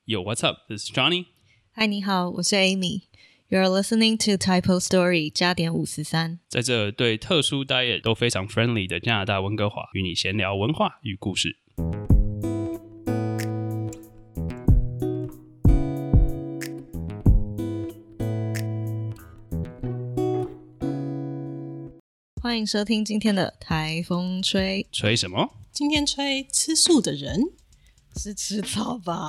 Yo, what's up? This is Johnny. Hi, 你好，我是 Amy。You're listening to Typo Story 加点543。 在这对特殊 diet 都非常 friendly 的加拿大温哥华，与你闲聊文化与故事。 欢迎收听今天的台风吹。 吹什么？ 今天吹吃素的人是吃草吧？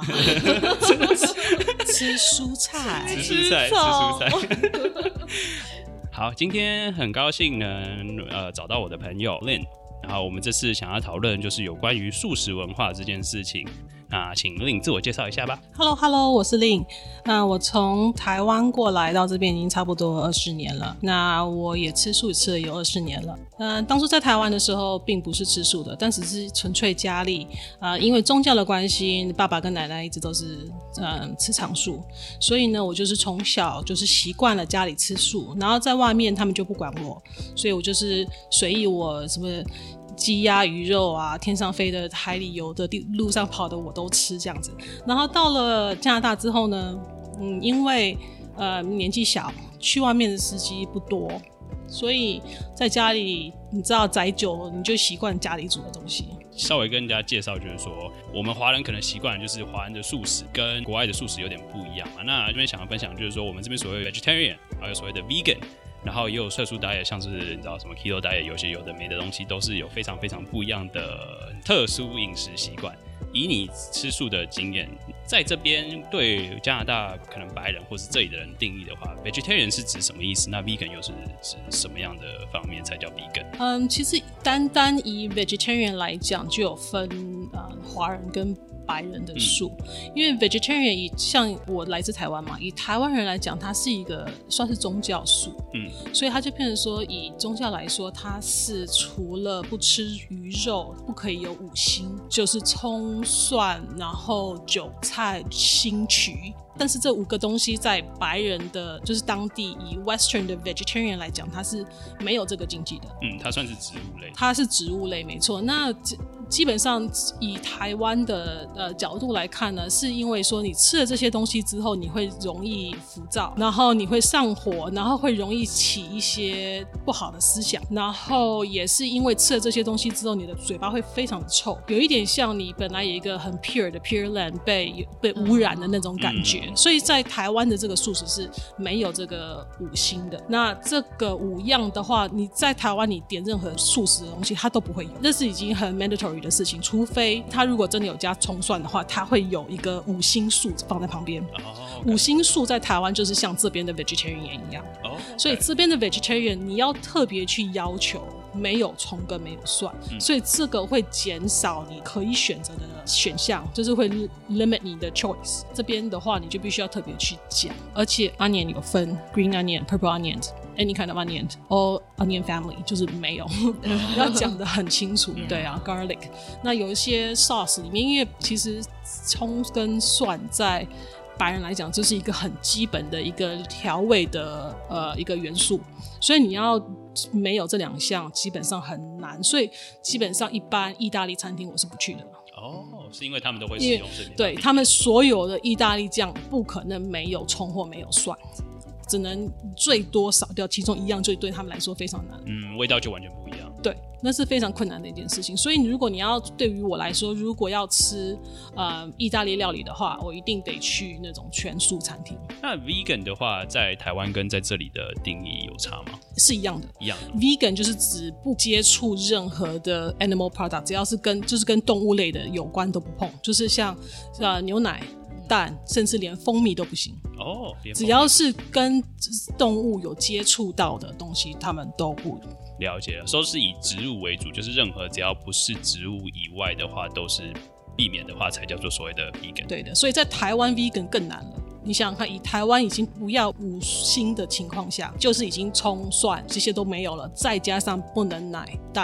吃蔬菜， 吃蔬菜，吃蔬菜。好，今天很高兴呢，找到我的朋友 Lynn， 然后我们这次想要讨论就是有关于素食文化这件事情。那请 Lynn 自我介绍一下吧。 Hello， 我是 Lynn。那我从台湾过来到这边已经差不多20年了。那我也吃素吃了有20年了。当初在台湾的时候并不是吃素的，但只是纯粹家里因为宗教的关系，爸爸跟奶奶一直都是吃长素，所以呢，我就是从小就是习惯了家里吃素，然后在外面他们就不管我，所以我就是随意我什么鸡鸭鱼肉啊，天上飞的、海里游的、路上跑的我都吃这样子。然后到了加拿大之后呢，因为年纪小，去外面的时机不多，所以在家里你知道宅久了，你就习惯家里煮的东西。 稍微跟人家介绍，就是说我们华人可能习惯就是华人的素食跟国外的素食有点不一样嘛。那这边想要分享就是说，我们这边所谓的 vegetarian， 还有所谓的 vegan。然后也有特殊 diet， 像是你知道什么 keto diet， 有些有的没的东西都是有非常非常不一样的特殊饮食习惯。以你吃素的经验，在这边对加拿大可能白人或是这里的人定义的话 ，vegetarian 是指什么意思？那 vegan 又是指什么样的方面才叫 vegan？ 其实单以 vegetarian 来讲，就有分华人跟白人的素，因为 vegetarian 像我来自台湾嘛，以台湾人来讲，它是一个算是宗教素，所以它就变成说，以宗教来说，它是除了不吃鱼肉，不可以有5辛，就是葱、蒜，然后韭菜、兴渠。但是这5个东西在白人的，就是当地以 Western 的 vegetarian 来讲，它是没有这个禁忌的。 它算是植物类。 它是植物类，没错。那基本上以台湾的角度来看呢，是因为说你吃了这些东西之后，你会容易浮躁，然后你会上火，然后会容易起一些不好的思想，然后也是因为吃了这些东西之后，你的嘴巴会非常的臭，有一点像你本来有一个很 pure 的 pure land 被污染的那种感觉。所以在台湾的这个素食是没有这个5辛的。那这个5样的话，你在台湾你点任何素食的东西，它都不会有，这是已经很 mandatory的事情，除非他如果真的有加葱蒜的话，他会有一个5辛素放在旁边。5辛素在台湾就是像这边的 vegetarian 一样。所以这边的 vegetarian 你要特别去要求没有葱跟没有蒜，所以这个会减少你可以选择的选项，就是会 limit 你的 choice。这边的话你就必须要特别去讲，而且 onion 有分 green onion、purple onion。Any kind of onion or onion family 就是没有要讲得很清楚。对啊 garlic。 那有一些 sauce 里面，因为其实葱跟蒜在白人来讲这是一个很基本的一个调味的一个元素，所以你要没有这2项基本上很难，所以基本上一般意大利餐厅我是不去的。 是因为他们都会使用这边， 对，他们所有的意大利酱不可能没有葱或没有蒜，只能最多少掉其中1样，就对他们来说非常难。 味道就完全不一样。 对，那是非常困难的一件事情。所以如果你要，对于我来说，如果要吃意大利料理的话，我一定得去那种全素餐厅。 那 vegan 的话，在台湾跟在这里的定义有差吗？ 是一样的。 一样的。 vegan 就是指不接触任何的 animal product， 只要是跟动物类的有关都不碰，就是像牛奶、蛋，甚至连蜂蜜都不行。只要是跟动物有接触到的东西，他们都不了解了。都是以植物为主，就是任何只要不是植物以外的话，都是避免的话，才叫做所谓的 vegan。 对的，所以在台湾 vegan 更难了。你想想看，以台湾已经不要5辛的情况下，就是已经葱蒜这些都没有了，再加上不能奶蛋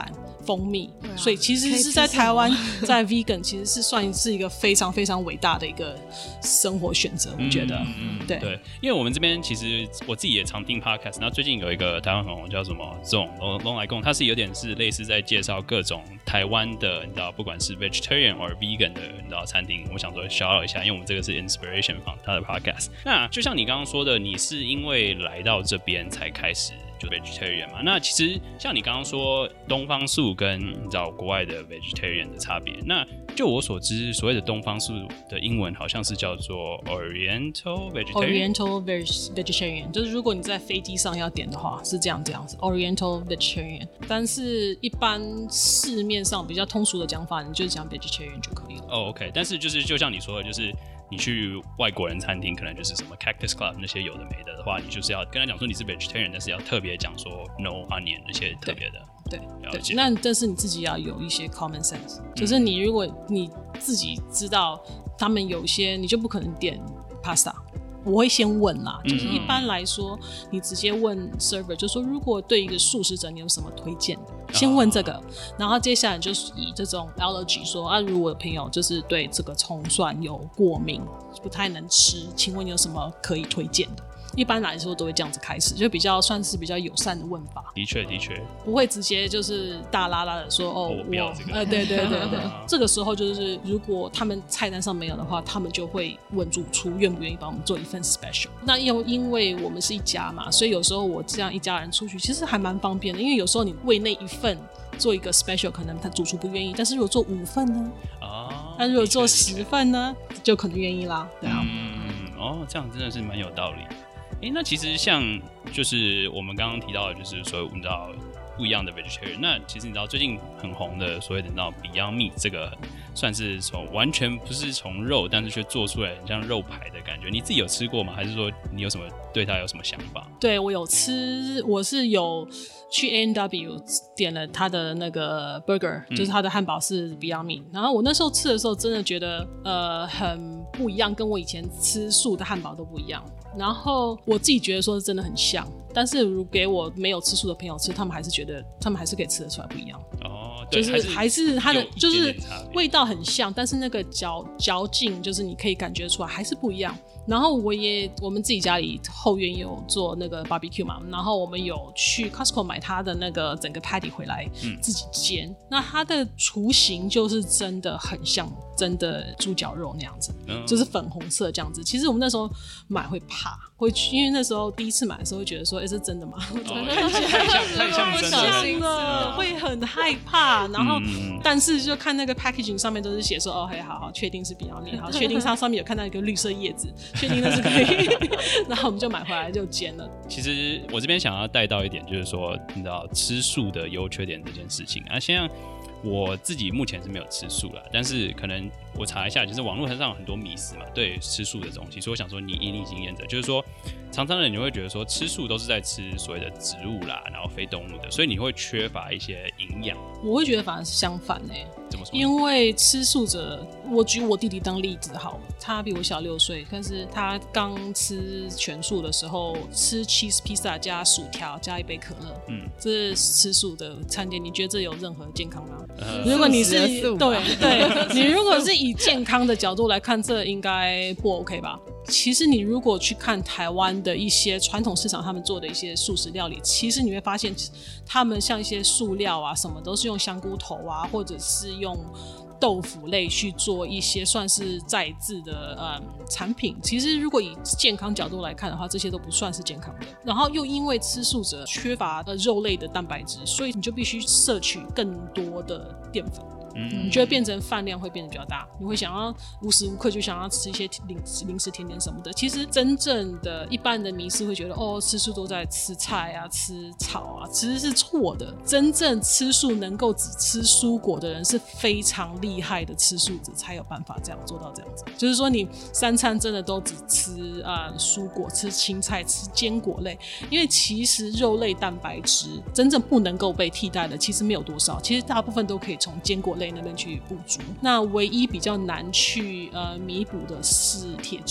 蜂蜜，所以其实是在台湾在 vegan 其实是算是一个非常非常伟大的一个生活选择，我觉得。对， 因为我们这边其实我自己也常听 podcast， 然后最近有一个台湾很红叫什么这种龙来共，它是有点是类似在介绍各种台湾的你知道不管是 vegetarian or vegan 的你知道餐厅，我想说 shout out 一下，因为我们这个是 inspiration from 他的 podcast。 那就像你刚刚说的，你是因为来到这边才开始就 vegetarian 嘛？那其实像你刚刚说东方素跟你知道国外的 vegetarian 的差别，那就我所知，所谓的东方素的英文好像是叫做 Oriental Vegetarian。Oriental Vegetarian 就是如果你在飞机上要点的话是这样子 Oriental Vegetarian， 但是一般市面上比较通俗的讲法，你就讲 Vegetarian 就可以了。 OK， 但是就像你说的，就是你去外国人餐厅，可能就是什么 Cactus Club 那些有的没的话，你就是要跟他讲说你是 vegetarian， 但是要特别讲说 no onion 那些特别的。 对，那但是你自己要有一些 common sense， 就是你如果你自己知道他们有些，你就不可能点 pasta。我会先问啦，就是一般来说，你直接问 server， 就说如果对一个素食者你有什么推荐的，先问这个，然后接下来就是以这种 allergy 说啊，如果有朋友就是对这个葱蒜有过敏，不太能吃，请问有什么可以推荐的？一般来说都会这样子开始，就比较算是比较友善的问法。 的确， 不会直接就是大拉拉的说哦， 我不要这个。 对，这个时候就是如果他们菜单上没有的话，他们就会问主厨愿不愿意帮我们做一份 special。那因为我们是一家嘛，所以有时候我这样一家人出去其实还蛮方便的，因为有时候你为那一份做一个 special， 可能他主厨不愿意，但是如果做5份呢？那如果做10份呢，就可能愿意啦。对啊， 这样真的是蛮有道理。那其实像就是我们刚刚提到的，就是所谓你知道不一样的 vegetarian。那其实你知道最近很红的所谓的你知道 Beyond Meat， 这个算是完全不是从肉，但是却做出来很像肉排的感觉。你自己有吃过吗？还是说你有什么对它有什么想法？ 对，我有吃，我是有去 A&W 点了他的那个 burger，就是他的汉堡是 Beyond Meat。然后我那时候吃的时候，真的觉得很不一样，跟我以前吃素的汉堡都不一样。然后我自己觉得说真的很像，但是如果给我没有吃素的朋友吃，他们还是觉得他们还是可以吃得出来不一样。 对， 就是还是它的就是味道很像，但是那个嚼劲就是你可以感觉出来还是不一样。然后我们自己家里后院有做那个 barbecue 嘛，然后我们有去 Costco 买它的那个整个 patty 回来自己煎，那它的雏形就是真的很像真的猪脚肉那样子，就是粉红色这样子。其实我们那时候买会怕，因为那时候第一次买的时候会觉得说，是真的吗？ 太像真的， 会很害怕。然后，但是就看那个 packaging 上面都是写说，好，确定是 Beyond Meat， 好，确定它上面有看到一个绿色叶子，确定那是可以，然后我们就买回来就煎了。 其实我这边想要带到一点，就是说，你知道吃素的优缺点这件事情啊，现在我自己目前是没有吃素啦，但是可能我查一下，就是网络上有很多迷思嘛，对吃素的东西，所以我想说你以你经验者，就是说常常人你会觉得说吃素都是在吃所谓的植物啦，然后非动物的，所以你会缺乏一些营养。 我会觉得反而是相反怎么说？ 因为吃素者，我举我弟弟当例子好了，他比我小6岁，但是他刚吃全素的时候，吃 cheese pizza 加薯条加一杯可乐，这是吃素的餐点，你觉得这有任何健康吗？如果你是对你如果是以健康的角度来看，这应该不 OK 吧？其实你如果去看台湾的一些传统市场，他们做的一些素食料理，其实你会发现，他们像一些素料啊，什么都是用香菇头啊，或者是用豆腐类去做一些算是再制的产品。其实如果以健康角度来看的话，这些都不算是健康的。然后又因为吃素者缺乏肉类的蛋白质，所以你就必须摄取更多的淀粉。你就会变成饭量会变得比较大，你会想要无时无刻就想要吃一些零食甜点什么的。其实真正的一般的迷思会觉得吃素都在吃菜啊吃草啊，其实是错的。真正吃素能够只吃蔬果的人是非常厉害的吃素者才有办法这样做到这样子，就是说你3餐真的都只吃蔬果，吃青菜，吃坚果类。因为其实肉类蛋白质真正不能够被替代的其实没有多少，其实大部分都可以从坚果类那边去补足。那唯一比较难去弥补的是铁质。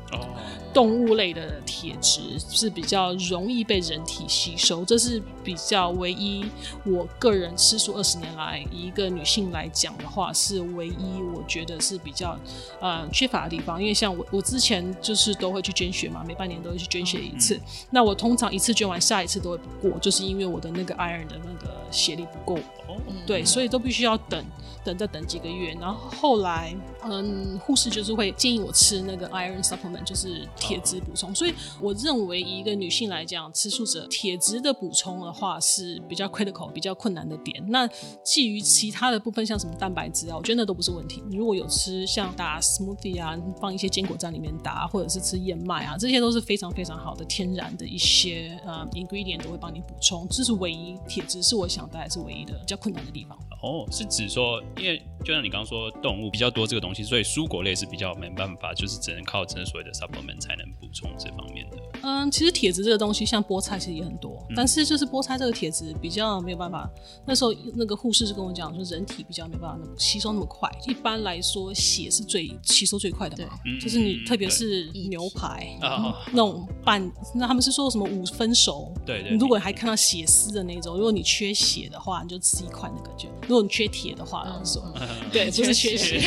动物类的铁质是比较容易被人体吸收，这是比较唯一我个人吃素20年来以一个女性来讲的话是唯一我觉得是比较缺乏的地方。因为像我之前就是都会去捐血嘛，每半年都会去捐血一次，那我通常一次捐完下一次都会不过，就是因为我的那个 iron 的那个血力不够，对，所以都必须要再等几个月。然后后来护士就是会建议我吃那个 iron supplement， 就是铁质补充。所以我认为以一个女性来讲，吃素者铁质的补充的话是比较 critical 比较困难的点。那基于其他的部分像什么蛋白质啊，我觉得那都不是问题。你如果有吃像打 smoothie 啊，放一些坚果在里面打，或者是吃燕麦啊，这些都是非常非常好的天然的一些ingredient 都会帮你补充。这是唯一铁质是我想大概是唯一的比较困难的地方。 是指说因为就像你刚刚说动物比较多这个东西，所以蔬果类是比较没办法，就是只能靠真的所谓的 supplement 才能补充这方面的。 其实铁质这个东西像菠菜其实也很多，但是就是菠菜这个铁质比较没有办法，那时候那个护士就跟我讲说人体比较没有办法吸收那么快。一般来说血是最吸收最快的嘛，就是你特别是牛排那种那他们是说什么5分熟，对，你如果还看到血丝的那种，如果你缺血的话你就吃一块那个就，如果你缺铁的话对，不是缺血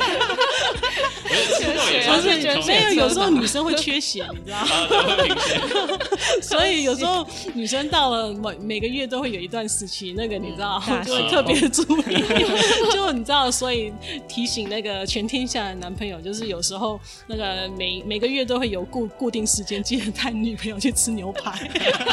有时候女生会缺血你知道所以有时候女生到了每个月都会有一段时期，那个你知道就会特别注意就你知道，所以提醒那个全天下的男朋友，就是有时候那个每个月都会有固定时间，记得带女朋友去吃牛排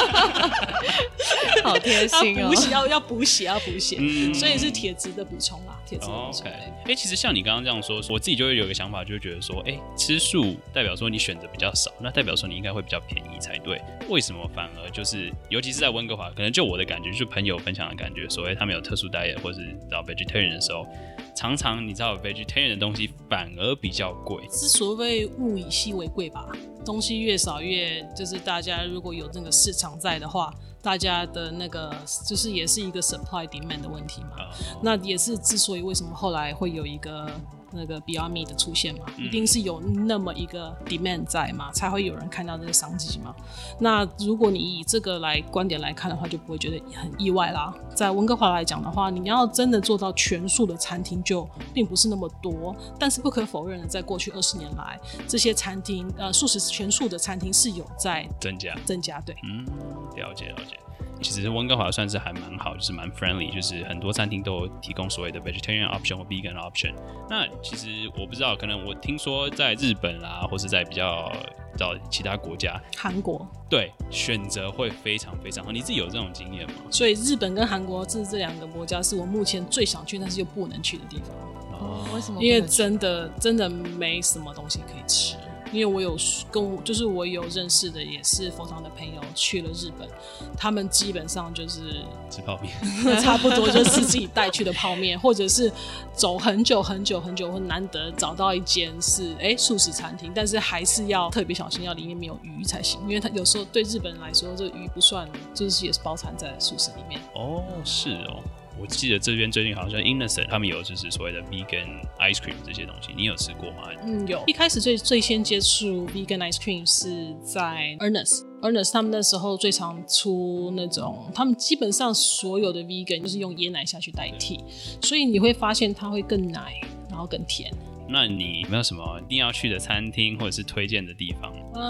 好贴心哦， 要补血所以是铁质的补充啦，铁质的补充。 其实像你刚刚这样说，我自己就会有一个想法，就会觉得说吃素代表说你选择比较少，那代表说你应该会比较便宜才对。为什么反而就是尤其是在温哥华，可能就我的感觉，就是朋友分享的感觉，所谓他们有特殊 diet 或是到 vegetarian 的时候，常常你知道 vegetarian 的东西反而比较贵， 是所谓物以稀为贵吧，东西越少越就是大家如果有那个市场在的话，大家的那个就是也是一个 supply demand 的问题嘛，那也是之所以为什么后来会有一个那个 Beyond Meat 的出现嘛，一定是有那么一个 demand 在嘛，才会有人看到这个商机嘛。那如果你以这个观点来看的话，就不会觉得很意外啦。在温哥华来讲的话，你要真的做到全素的餐厅就并不是那么多，但是不可否认的，在过去20年来，这些餐厅素食全素的餐厅是有在增加，对， 了解。其实温哥华算是还蛮好，就是蛮 friendly， 就是很多餐厅都有提供所谓的 vegetarian option 或 vegan option。那其实我不知道，可能我听说在日本啦，或是在比较到其他国家，韩国，对，选择会非常非常好。你自己有这种经验吗？ 所以日本跟韩国这2个国家是我目前最想去，但是又不能去的地方。 为什么？ 因为真的没什么东西可以吃。因为我有认识的也是佛堂的朋友去了日本，他们基本上就是吃泡面差不多就是自己带去的泡面或者是走很久很久很久，或难得找到一间是素食餐厅，但是还是要特别小心，要里面没有鱼才行，因为它有时候对日本人来说这鱼不算，就是也是包含在素食里面。 是哦，我记得这边最近好像 Innocent 他们有就是所谓的 vegan ice cream 这些东西，你有吃过吗？ 有。一开始最先接触 vegan ice cream 是在 Ernest 他们那时候最常出那种，他们基本上所有的 vegan 就是用椰奶下去代替，所以你会发现它会更奶，然后更甜。 那你有没有什么一定要去的餐厅或者是推荐的地方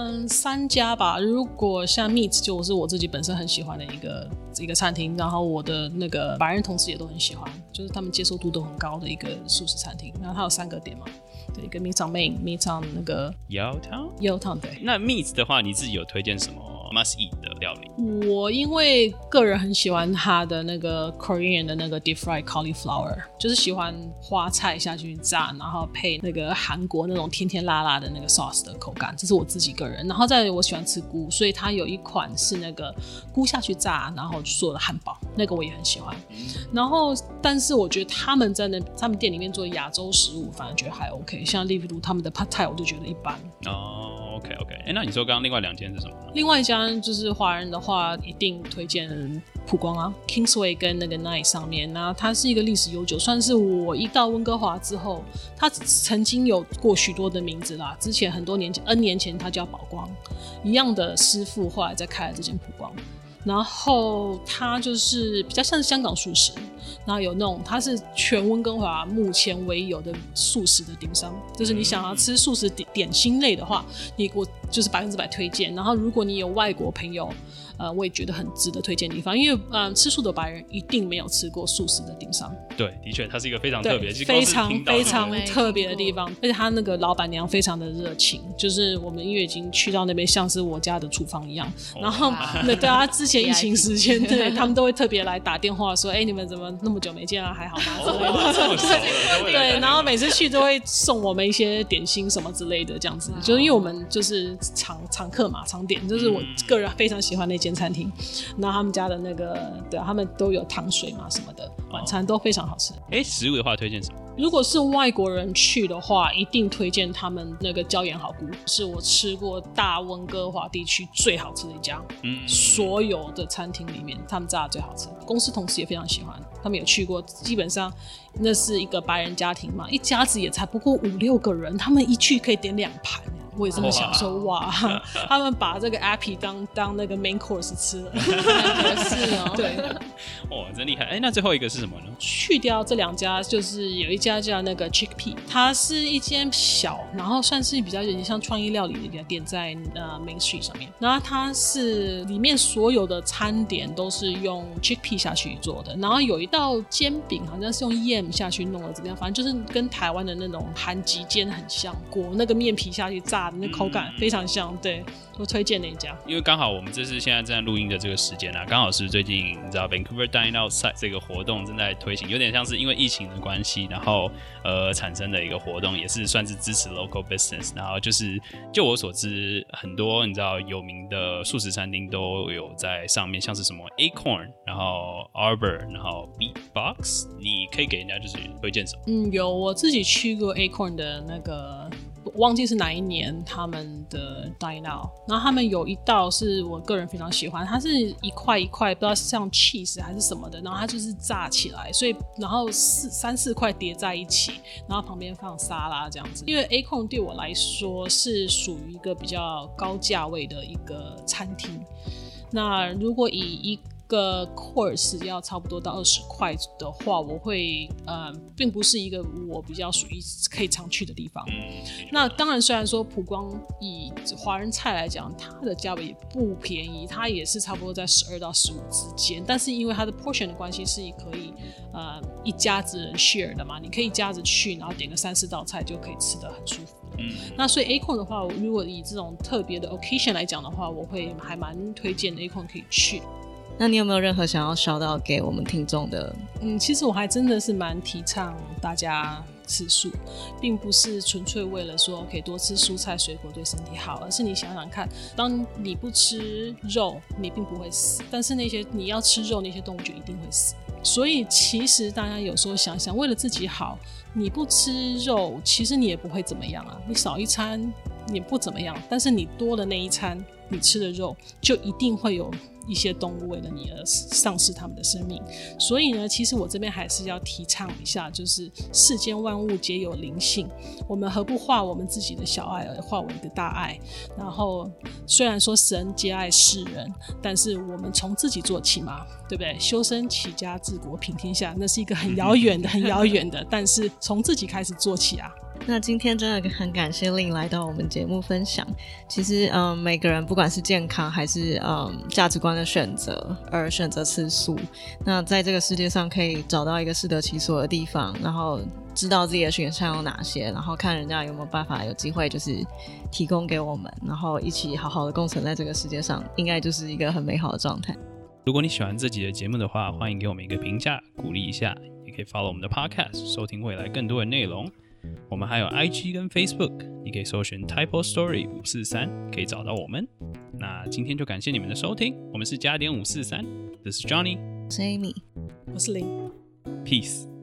？3家吧。如果像 Meat 就是我自己本身很喜欢的一个餐厅，然后我的那个白人同事也都很喜欢，就是他们接受度都很高的一个素食餐厅。然后它有3个点嘛，对，一个 Midtown Main、Midtown 那个 Yaletown 对。 那 Meat 的话，你自己有推荐什么must eat 的料理？ 我因为个人很喜欢它的那个 Korean 的那个 deep fried cauliflower， 就是喜欢花菜下去炸，然后配那个韩国那种甜甜辣辣的那个 sauce 的口感，这是我自己个人。然后再来我喜欢吃菇，所以它有一款是那个菇下去炸，然后做的汉堡，那个我也很喜欢。然后但是我觉得他们他们店里面做亚洲食物反而觉得还 OK， 像例如他们的 Pad Thai 我就觉得一般。 OK， 那你说刚刚另外2间是什么呢？ 另外一家就是华人的话，一定推荐普光啊 ，Kingsway 跟那个 Night 上面，那它是一个历史悠久，算是我一到温哥华之后，它曾经有过许多的名字啦。之前很多年前 N 年前它叫宝光，一样的师傅后来再开了这间普光。然后它就是比较像是香港素食，然后有那种它是全温哥华目前唯一有的素食的点心，就是你想要吃素食点心类的话，我就是100%推荐。然后如果你有外国朋友，我也觉得很值得推荐的地方，因为吃素的白人一定没有吃过素食的点心。 对，的确它是一个非常特别， 非常非常特别的地方，而且他那个老板娘非常的热情，就是我们因为已经去到那边像是我家的厨房一样，然后对啊，之前疫情时间对他们都会特别来打电话说，你们怎么那么久没见啊，还好吗之类的。对，然后每次去都会送我们一些点心什么之类的，这样子，就是因为我们就是常客嘛，常点，就是我个人非常喜欢那间餐厅，然后他们家的那个对啊，他们都有糖水嘛什么的，晚餐都非常好吃。 食物的话推荐什么？ 如果是外国人去的话，一定推荐他们那个椒盐好菇，是我吃过大温哥华地区最好吃的一家。所有的餐厅里面，他们炸的最好吃。公司同事也非常喜欢，他们有去过，基本上那是一个白人家庭嘛，一家子也才不过5-6个人，他们一去可以点2盘。我也这么想说，哇，他们把这个 Appy 当那个 main course 吃了， 是哦， 对， 真厉害。那最后一个是什么呢？ 去掉这2家，就是有一家叫那个 Chickpea， 它是一间小，然后算是比较有点像创意料理的一个店，在Main Street 上面。然后它是里面所有的餐点都是用 Chickpea 下去做的，然后有一道煎饼好像是用 yam 下去弄的，怎么样？反正就是跟台湾的那种韩籍煎很像，裹那个面皮下去炸。那口感非常像，对，我推荐那一家。 因为刚好我们这是现在正在录音的这个时间刚好是最近你知道 Vancouver Dine Outside 这个活动正在推行，有点像是因为疫情的关系，然后产生的一个活动，也是算是支持 local business。然后就是就我所知，很多你知道有名的素食餐厅都有在上面，像是什么 Acorn， 然后 Arbor， 然后 Beatbox， 你可以给人家就是推荐什么？ 有，我自己去过 Acorn 的那个。忘记是哪一年他们的 Dine Out， 然后他们有一道是我个人非常喜欢，它是一块一块不知道是像 cheese 还是什么的，然后它就是炸起来，所以然后3-4块叠在一起，然后旁边放沙拉这样子。因为 Acorn 对我来说是属于一个比较高价位的一个餐厅，那如果以一个 course 要差不多到20块的话，我会并不是一个我比较属于可以常去的地方。那当然，虽然说普光以华人菜来讲，它的价位也不便宜，它也是差不多在12到15之间。但是因为它的 portion 的关系，是可以一家子人 share 的嘛，你可以一家子去，然后点个3-4道菜就可以吃得很舒服。那所以 Acorn 的话，如果以这种特别的 occasion 来讲的话，我会还蛮推荐 Acorn 可以去。 那你有没有任何想要shout out给我们听众的？ 其实我还真的是蛮提倡大家吃素，并不是纯粹为了说可以多吃蔬菜水果对身体好，而是你想想看，当你不吃肉，你并不会死，但是那些你要吃肉那些动物就一定会死。所以其实大家有时候想想，为了自己好，你不吃肉，其实你也不会怎么样啊，你少一餐你不怎么样，但是你多了那一餐，你吃的肉就一定会有一些动物为了你而丧失他们的生命。所以呢，其实我这边还是要提倡一下，就是世间万物皆有灵性，我们何不化我们自己的小爱而化为一个大爱。然后虽然说神皆爱世人，但是我们从自己做起嘛，对不对？修身齐家治国平天下，那是一个很遥远的很遥远的，但是从自己开始做起啊。 那今天真的很感谢Lynn来到我们节目分享。其实每个人不管是健康还是价值观的选择而选择吃素，那在这个世界上可以找到一个适得其所的地方，然后知道自己的选项有哪些，然后看人家有没有办法有机会就是提供给我们，然后一起好好的共存在这个世界上，应该就是一个很美好的状态。 如果你喜欢这集的节目的话，欢迎给我们一个评价鼓励一下，也可以 follow 我们的 podcast 收听未来更多的内容。我们还有 IG 跟 Facebook， 你可以搜寻 Typo Story 543可以找到我们。那今天就感谢你们的收听，我们是加点543， This is Johnny， 我是 Amy， 我是Lynn， Peace。